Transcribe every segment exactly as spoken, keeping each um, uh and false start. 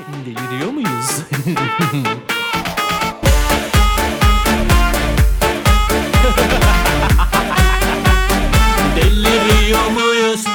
Deliriyor muyuz? Deliriyor muyuz?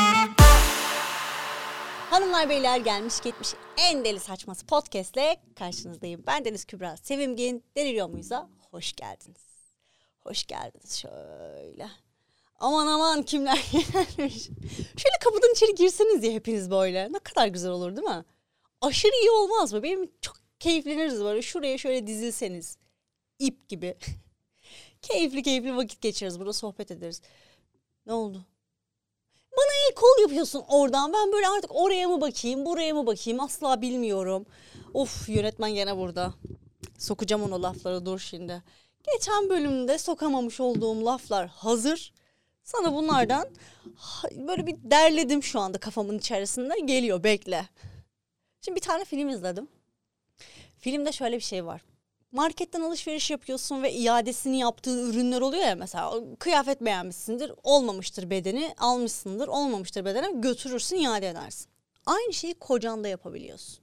Hanımlar beyler, gelmiş geçmiş en deli saçması podcast'le karşınızdayım. Ben Deniz Kübra Sevimgin. Deliriyor muyuz'a hoş geldiniz. Hoş geldiniz şöyle. Aman aman kimler gelmiş. Şöyle kapıdan içeri girseniz ya hepiniz böyle. Ne kadar güzel olur değil mi? Aşırı iyi olmaz mı? Benim çok keyifleniriz böyle. Şuraya şöyle dizilseniz. İp gibi. keyifli keyifli vakit geçiririz. Burada sohbet ederiz. Ne oldu? Bana el kol yapıyorsun oradan. Ben böyle artık oraya mı bakayım, buraya mı bakayım asla bilmiyorum. Of, yönetmen gene burada. Sokacağım onu lafları, dur şimdi. Geçen bölümde sokamamış olduğum laflar hazır. Sana bunlardan böyle bir derledim şu anda kafamın içerisinde. Geliyor, bekle. Şimdi bir tane film izledim. Filmde şöyle bir şey var. Marketten alışveriş yapıyorsun ve iadesini yaptığın ürünler oluyor ya, mesela kıyafet beğenmişsindir, olmamıştır bedeni, almışsındır, olmamıştır bedeni, götürürsün, iade edersin. Aynı şeyi kocanda yapabiliyorsun.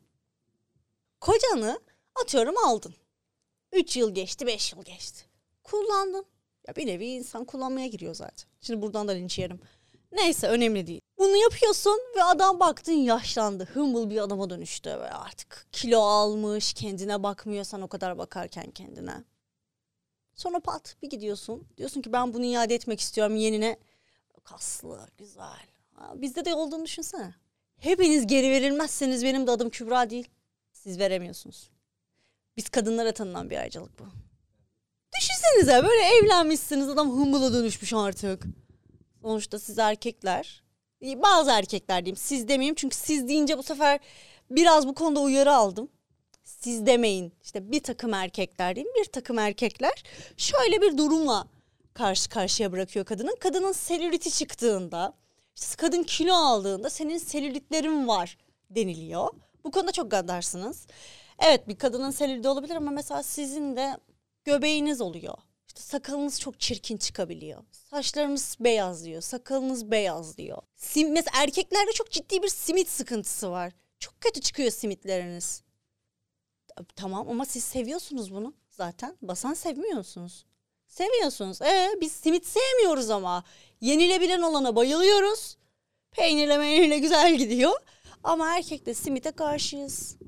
Kocanı atıyorum aldın. Üç yıl geçti, beş yıl geçti. Kullandın. Ya bir nevi insan kullanmaya giriyor zaten. Şimdi buradan da linç yerim. Neyse, önemli değil. Bunu yapıyorsun ve adam baktın yaşlandı. Hımbıl bir adama dönüştü. Böyle artık kilo almış, kendine bakmıyor sen o kadar bakarken kendine. Sonra pat bir gidiyorsun. Diyorsun ki ben bunu iade etmek istiyorum yenine. Kaslı, güzel. Ha, bizde de olduğunu düşünsene. Hepiniz geri verilmezseniz benim de adım Kübra değil. Siz veremiyorsunuz. Biz kadınlara tanınan bir ayrıcalık bu. Düşünsenize, böyle evlenmişsiniz, adam hımbıla dönüşmüş artık. Sonuçta siz erkekler, bazı erkekler diyeyim, siz demeyeyim çünkü siz deyince bu sefer biraz bu konuda uyarı aldım. Siz demeyin, işte bir takım erkekler diyeyim, bir takım erkekler şöyle bir durumla karşı karşıya bırakıyor kadının. Kadının selüliti çıktığında, işte kadın kilo aldığında senin selülitlerin var deniliyor. Bu konuda çok gaddarsınız. Evet, bir kadının selüliti olabilir ama mesela sizin de göbeğiniz oluyor. İşte sakalınız çok çirkin çıkabiliyor. Saçlarınız beyazlıyor, sakalınız beyazlıyor. Sim, mesela erkeklerde çok ciddi bir simit sıkıntısı var. Çok kötü çıkıyor simitleriniz. Tamam ama siz seviyorsunuz bunu zaten. Basan sevmiyorsunuz. Seviyorsunuz. Ee, biz simit sevmiyoruz ama. Yenilebilen olana bayılıyoruz. Peynirle meynirle güzel gidiyor. Ama erkekte simite karşıyız.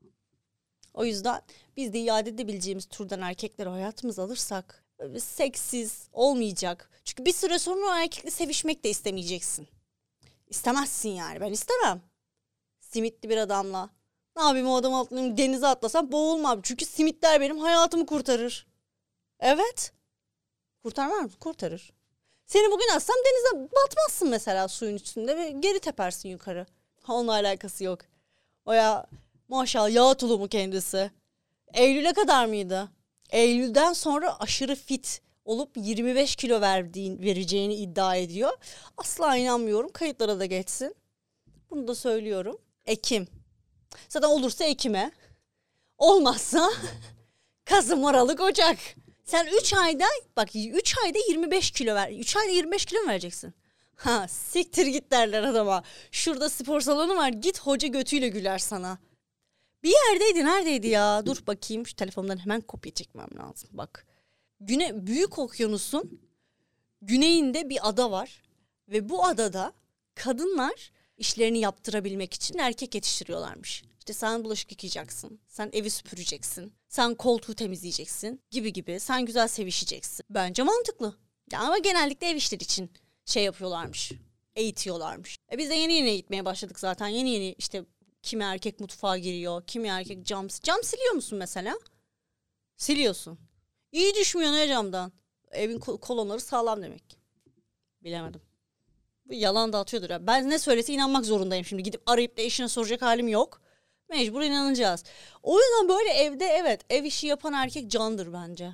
O yüzden biz de iade edebileceğimiz türden erkekleri hayatımıza alırsak seksiz olmayacak. Çünkü bir süre sonra o erkekle sevişmek de istemeyeceksin. İstemezsin yani, ben istemem. Simitli bir adamla. Ne yapayım, o adamı atlayayım, denize atlasam boğulmam. Çünkü simitler benim hayatımı kurtarır. Evet. Kurtarmaz mı? Kurtarır. Seni bugün atsam denize batmazsın mesela suyun üstünde ve geri tepersin yukarı. Onunla alakası yok. O ya maşallah yağ tulumu kendisi. Eylül'e kadar mıydı? Eylül'den sonra aşırı fit olup yirmi beş kilo verdiğin, vereceğini iddia ediyor. Asla inanmıyorum. Kayıtlara da geçsin. Bunu da söylüyorum. Ekim. Zaten olursa Ekim'e. Olmazsa Kasım, Aralık, Ocak. Sen üç ayda bak üç ayda yirmi beş kilo ver. üç ayda yirmi beş kilo mu vereceksin? Ha, siktir git derler adama. Şurada spor salonu var. Git, hoca götüyle güler sana. Bir yerdeydi, neredeydi ya? Dur bakayım, şu telefondan hemen kopya çekmem lazım. Bak. Güne, Büyük Okyanus'un güneyinde bir ada var. Ve bu adada kadınlar işlerini yaptırabilmek için erkek yetiştiriyorlarmış. İşte sen bulaşık yıkayacaksın, sen evi süpüreceksin, sen koltuğu temizleyeceksin gibi gibi. Sen güzel sevişeceksin. Bence mantıklı. Ya ama genellikle ev işleri için şey yapıyorlarmış, eğitiyorlarmış. E biz de yeni yeni eğitmeye başladık zaten. Yeni yeni işte kimi erkek mutfağa giriyor, kimi erkek cam... Cam siliyor musun mesela? Siliyorsun. İyi düşmüyor ne camdan? Evin kolonları sağlam demek. Bilemedim. Bu yalan dağıtıyordur ya. Ben ne söylese inanmak zorundayım şimdi. Gidip arayıp da eşine soracak halim yok. Mecbur inanacağız. O yüzden böyle evde evet ev işi yapan erkek candır bence.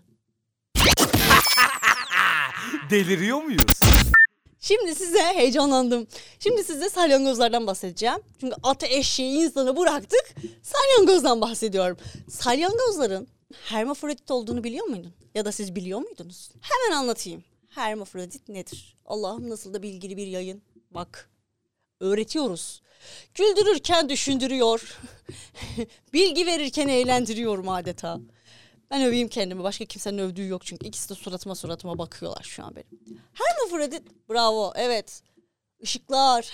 Deliriyor muyuz? Şimdi size heyecanlandım. Şimdi size salyangozlardan bahsedeceğim. Çünkü atı, eşeği, insanı bıraktık. Salyangozdan bahsediyorum. Salyangozların hermafrodit olduğunu biliyor muydun? Ya da siz biliyor muydunuz? Hemen anlatayım. Hermafrodit nedir? Allah'ım nasıl da bilgili bir yayın. Bak. Öğretiyoruz. Güldürürken düşündürüyor. Bilgi verirken eğlendiriyorum adeta. Ben öveyim kendimi. Başka kimsenin övdüğü yok çünkü. İkisi de suratıma suratıma bakıyorlar şu an benim. Hermafrodit. Bravo. Evet. Işıklar.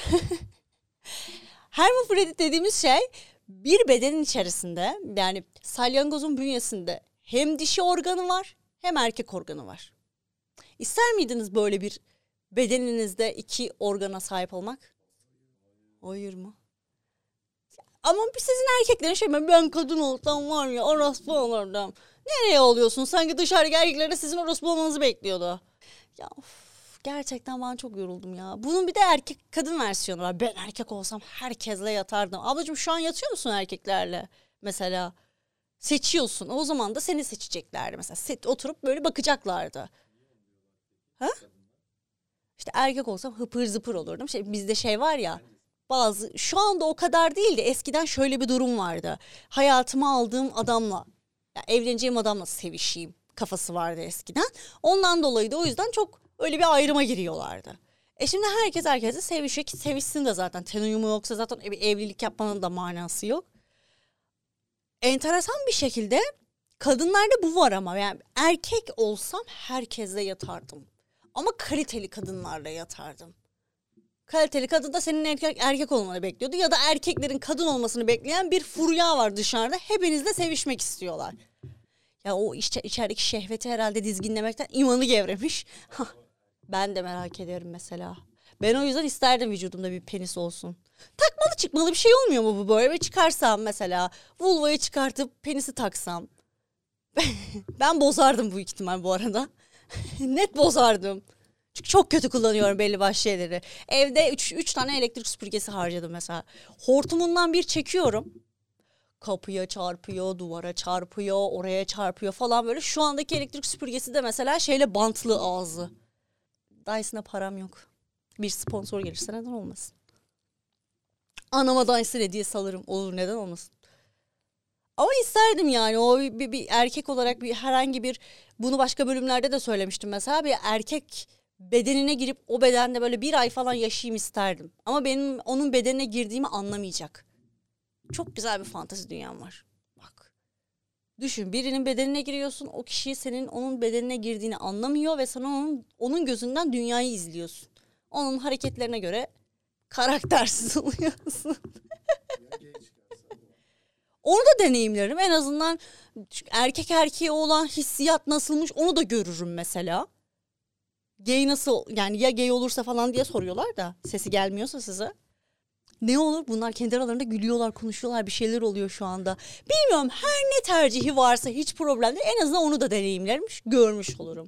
Hermafrodit dediğimiz şey bir bedenin içerisinde, yani salyangozun bünyesinde hem dişi organı var hem erkek organı var. İster miydiniz böyle bir bedeninizde iki organa sahip olmak? Hayır mı? Ama sizin erkeklerin şey mi? Ben kadın olsam var ya orospu olurdum. Nereye oluyorsun? Sanki dışarıdaki erkekler de sizin orospu olmanızı bekliyordu. Ya of, gerçekten ben çok yoruldum ya. Bunun bir de erkek kadın versiyonu var. Ben erkek olsam herkesle yatardım. Ablacığım şu an yatıyor musun erkeklerle? Mesela seçiyorsun. O zaman da seni seçeceklerdi. Mesela set, oturup böyle bakacaklardı. Ha? İşte erkek olsam hıpır zıpır olurdum. Şey, bizde şey var ya. Bazı şu anda o kadar değildi. Eskiden şöyle bir durum vardı. Hayatıma aldığım adamla, yani evleneceğim adamla sevişeyim kafası vardı eskiden. Ondan dolayı da o yüzden çok öyle bir ayrıma giriyorlardı. E şimdi herkes herkese sevişiyor ki sevişsin de zaten. Ten uyumu yoksa zaten bir evlilik yapmanın da manası yok. Enteresan bir şekilde kadınlarda bu var ama yani erkek olsam herkesle yatardım. Ama kaliteli kadınlarla yatardım. Kaliteli kadın da senin erkek, erkek olmanı bekliyordu. Ya da erkeklerin kadın olmasını bekleyen bir furya var dışarıda. Hepinizle sevişmek istiyorlar. Ya o işte içerideki şehveti herhalde dizginlemekten imanı gevremiş. Ben de merak ederim mesela. Ben o yüzden isterdim vücudumda bir penis olsun. Takmalı çıkmalı bir şey olmuyor mu bu böyle? Ve çıkarsam mesela vulvayı çıkartıp penisi taksam. Ben bozardım bu ihtimal bu arada. Net bozardım. Çünkü çok kötü kullanıyorum belli başlı şeyleri. Evde üç tane elektrik süpürgesi harcadım mesela. Hortumundan bir çekiyorum. Kapıya çarpıyor, duvara çarpıyor, oraya çarpıyor falan böyle. Şu andaki elektrik süpürgesi de mesela şeyle bantlı ağzı. Dyson'a param yok. Bir sponsor gelirse neden olmasın? Anama Dyson hediye alırım. Olur, neden olmasın? Ama isterdim yani o bir, bir erkek olarak bir herhangi bir, bunu başka bölümlerde de söylemiştim mesela, bir erkek bedenine girip o bedende böyle bir ay falan yaşayayım isterdim. Ama benim onun bedenine girdiğimi anlamayacak. Çok güzel bir fantezi dünyam var. Bak. Düşün, birinin bedenine giriyorsun, o kişi senin onun bedenine girdiğini anlamıyor ve sen onun, onun gözünden dünyayı izliyorsun. Onun hareketlerine göre karaktersiz oluyorsun. Onu da deneyimlerim. En azından erkek erkeğe olan hissiyat nasılmış onu da görürüm mesela. Gay nasıl, yani ya gay olursa falan diye soruyorlar da sesi gelmiyorsa size. Ne olur? Bunlar kendi aralarında gülüyorlar, konuşuyorlar, bir şeyler oluyor şu anda. Bilmiyorum, her ne tercihi varsa hiç problem değil. En azından onu da deneyimlerim, görmüş olurum.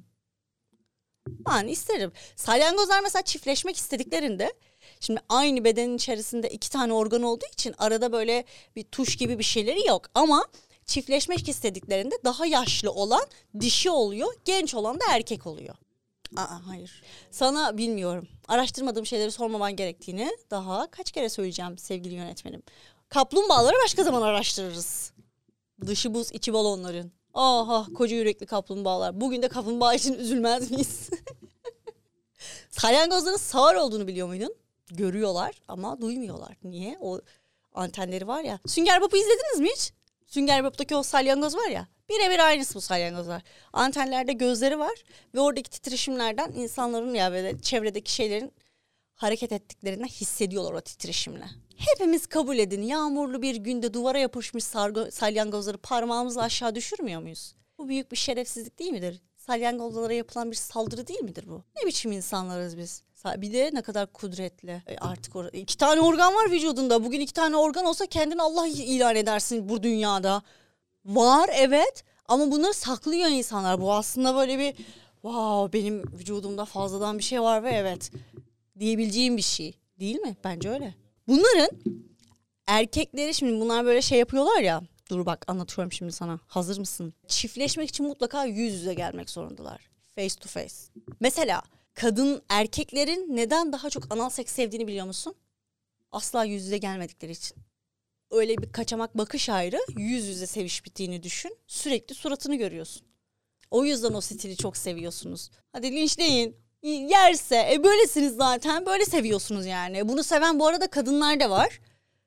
Ben isterim. Salyangozlar mesela çiftleşmek istediklerinde, şimdi aynı bedenin içerisinde iki tane organ olduğu için arada böyle bir tuş gibi bir şeyleri yok. Ama çiftleşmek istediklerinde daha yaşlı olan dişi oluyor, genç olan da erkek oluyor. Aa, hayır. Sana bilmiyorum. Araştırmadığım şeyleri sormaman gerektiğini daha kaç kere söyleyeceğim sevgili yönetmenim. Kaplumbağaları başka zaman araştırırız. Dışı buz, içi balonların. Aha, koca yürekli kaplumbağalar. Bugün de kaplumbağa için üzülmez miyiz? Salyangozların sağır olduğunu biliyor muydun? Görüyorlar ama duymuyorlar. Niye? O antenleri var ya. Sünger Bob'u izlediniz mi hiç? Sünger Bob'taki o salyangoz var ya. Birebir aynısı bu salyangozlar. Antenlerde gözleri var ve oradaki titreşimlerden insanların ya böyle çevredeki şeylerin hareket ettiklerini hissediyorlar o titreşimle. Hepimiz kabul edin, yağmurlu bir günde duvara yapışmış sargo, salyangozları parmağımızla aşağı düşürmüyor muyuz? Bu büyük bir şerefsizlik değil midir? Salyangozlara yapılan bir saldırı değil midir bu? Ne biçim insanlarız biz? Bir de ne kadar kudretli. E artık or- iki tane organ var vücudunda. Bugün iki tane organ olsa kendini Allah ilan edersin bu dünyada. Var evet, ama bunları saklıyor insanlar. Bu aslında böyle bir wow, benim vücudumda fazladan bir şey var ve evet diyebileceğim bir şey değil mi? Bence öyle. Bunların erkekleri, şimdi bunlar böyle şey yapıyorlar ya. Dur bak, anlatıyorum şimdi sana. Hazır mısın? Çiftleşmek için mutlaka yüz yüze gelmek zorundalar. Face to face. Mesela kadın erkeklerin neden daha çok anal seks sevdiğini biliyor musun? Asla yüz yüze gelmedikleri için. Öyle bir kaçamak bakış ayrı, yüz yüze seviş bittiğini düşün. Sürekli suratını görüyorsun. O yüzden o stili çok seviyorsunuz. Hadi linçleyin. yerse e böylesiniz zaten, böyle seviyorsunuz yani. Bunu seven bu arada kadınlar da var.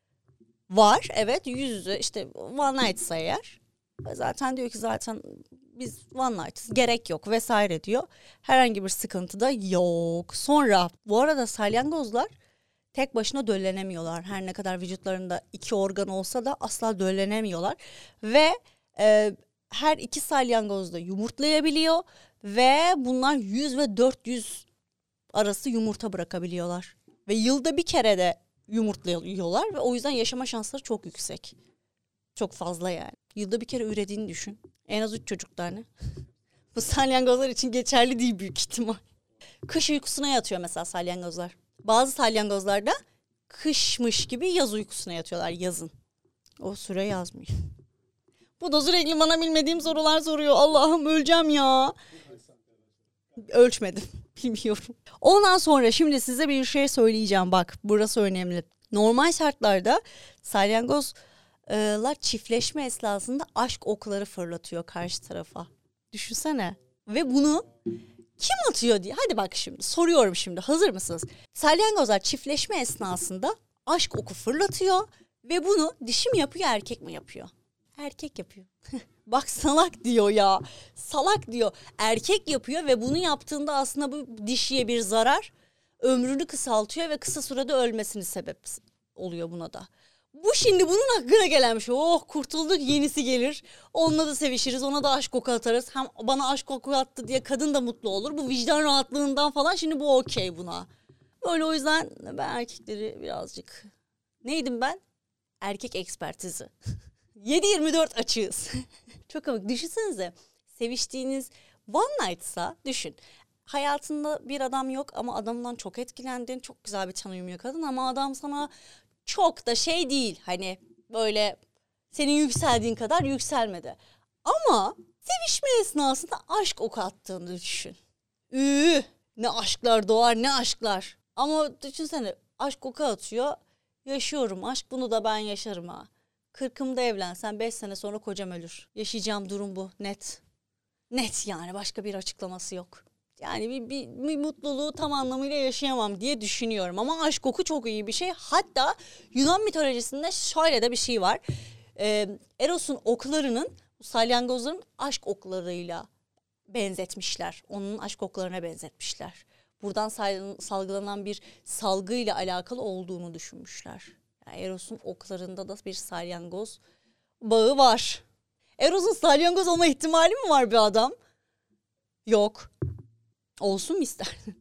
Var evet, yüz yüze işte one night'sa eğer. Zaten diyor ki zaten biz one night'ız, gerek yok vesaire diyor. Herhangi bir sıkıntı da yok. Sonra bu arada salyangozlar tek başına döllenemiyorlar. Her ne kadar vücutlarında iki organ olsa da asla döllenemiyorlar. Ve e, her iki salyangoz da yumurtlayabiliyor. Ve bunlar yüz ve dört yüz arası yumurta bırakabiliyorlar. Ve yılda bir kere de yumurtluyorlar ve o yüzden yaşama şansları çok yüksek. Çok fazla yani. Yılda bir kere ürediğini düşün. En az üç çocuk tane. Bu salyangozlar için geçerli değil büyük ihtimal. Kış uykusuna yatıyor mesela salyangozlar. Bazı salyangozlar da kışmış gibi yaz uykusuna yatıyorlar yazın. O süre yazmıyor. Bu da sürekli bana bilmediğim sorular soruyor. Allah'ım öleceğim ya. Ölçmedim. Bilmiyorum. Ondan sonra şimdi size bir şey söyleyeceğim. Bak burası önemli. Normal şartlarda salyangozlar çiftleşme esnasında aşk okları fırlatıyor karşı tarafa. Düşünsene. Ve bunu kim atıyor diye. Hadi bak şimdi soruyorum şimdi. Hazır mısınız? Salyangozlar çiftleşme esnasında aşk oku fırlatıyor. Ve bunu dişi mi yapıyor, erkek mi yapıyor? Erkek yapıyor. Bak salak diyor ya. Salak diyor. Erkek yapıyor ve bunu yaptığında aslında bu dişiye bir zarar. Ömrünü kısaltıyor ve kısa sürede ölmesini sebep oluyor buna da. Bu şimdi bunun hakkına gelenmiş. Oh kurtulduk, yenisi gelir. Onunla da sevişiriz, ona da aşk koku atarız. Hem bana aşk koku attı diye kadın da mutlu olur. Bu vicdan rahatlığından falan şimdi bu okey buna. Böyle o yüzden ben erkekleri birazcık... Neydim ben? Erkek ekspertizi. yedi yirmi dört açığız. Çok komik. Düşünsenize. Seviştiğiniz one night'sa düşün. Hayatında bir adam yok ama adamdan çok etkilendin. Çok güzel bir tanıyım kadın ama adam sana çok da şey değil. Hani böyle senin yükseldiğin kadar yükselmedi. Ama sevişme esnasında aşk oku attığını düşün. Üü, ne aşklar doğar, ne aşklar. Ama düşünsene aşk oku atıyor. Yaşıyorum aşk, bunu da ben yaşarım ha. Kırkımda evlensen beş sene sonra kocam ölür. Yaşayacağım durum bu. Net. Net yani, başka bir açıklaması yok. Yani bir, bir, bir mutluluğu tam anlamıyla yaşayamam diye düşünüyorum. Ama aşk oku çok iyi bir şey. Hatta Yunan mitolojisinde şöyle de bir şey var. Ee, Eros'un oklarının salyangozların aşk oklarıyla benzetmişler. Onun aşk oklarına benzetmişler. Buradan salgılanan bir salgıyla alakalı olduğunu düşünmüşler. Yani Eros'un oklarında da bir salyangoz bağı var. Eros'un salyangoz olma ihtimali mi var bir adam? Yok. Olsun mu isterdin?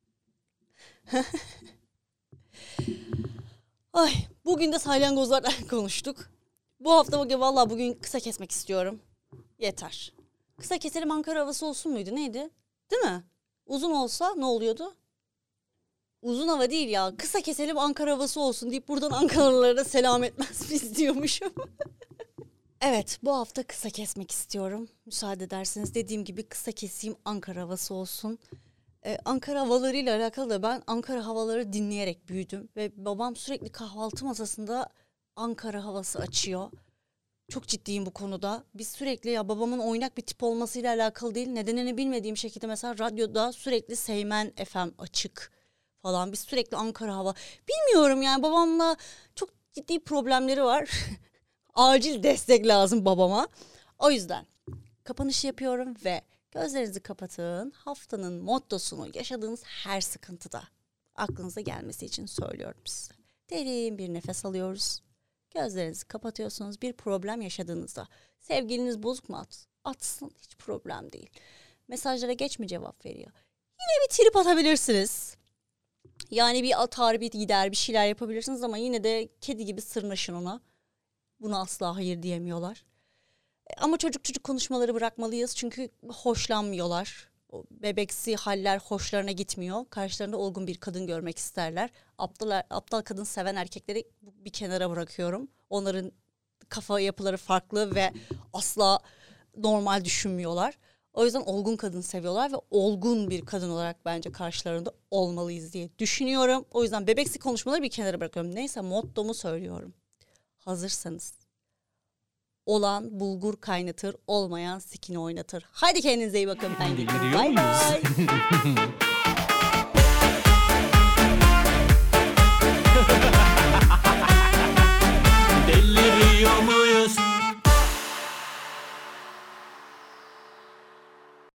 Ay, bugün de salyangozlardan konuştuk. Bu hafta bugün vallahi bugün kısa kesmek istiyorum. Yeter. Kısa keselim Ankara havası olsun muydu? Neydi? Değil mi? Uzun olsa ne oluyordu? Uzun hava değil ya. Kısa keselim Ankara havası olsun deyip buradan Ankaralılara da selam etmez biz diyormuşum. Evet, bu hafta kısa kesmek istiyorum. Müsaade ederseniz dediğim gibi kısa keseyim, Ankara havası olsun. Ee, Ankara havalarıyla alakalı da ben Ankara havaları dinleyerek büyüdüm. Ve babam sürekli kahvaltı masasında Ankara havası açıyor. Çok ciddiyim bu konuda. Biz sürekli, ya babamın oynak bir tip olmasıyla alakalı değil, nedenini bilmediğim şekilde mesela radyoda sürekli Seymen F M açık falan. Biz sürekli Ankara hava. Bilmiyorum yani, babamla çok ciddi problemleri var. Acil destek lazım babama. O yüzden kapanış yapıyorum ve gözlerinizi kapatın. Haftanın mottosunu yaşadığınız her sıkıntıda aklınıza gelmesi için söylüyorum size. Derin bir nefes alıyoruz. Gözlerinizi kapatıyorsunuz. Bir problem yaşadığınızda sevgiliniz bozuk mu at? Atsın, hiç problem değil. Mesajlara geç mi cevap veriyor? Yine bir trip atabilirsiniz. Yani bir atar, bir gider, bir şeyler yapabilirsiniz ama yine de kedi gibi sırnaşın ona. Buna asla hayır diyemiyorlar. Ama çocuk çocuk konuşmaları bırakmalıyız çünkü hoşlanmıyorlar. O bebeksi haller hoşlarına gitmiyor. Karşılarında olgun bir kadın görmek isterler. Aptal, aptal kadın seven erkekleri bir kenara bırakıyorum. Onların kafa yapıları farklı ve asla normal düşünmüyorlar. O yüzden olgun kadın seviyorlar ve olgun bir kadın olarak bence karşılarında olmalıyız diye düşünüyorum. O yüzden bebeksi konuşmaları bir kenara bırakıyorum. Neyse, mottomu söylüyorum. Hazırsanız. Olan bulgur kaynatır, olmayan sikini oynatır. Haydi kendinize iyi bakın. Ben gidiyorum. Bay bay.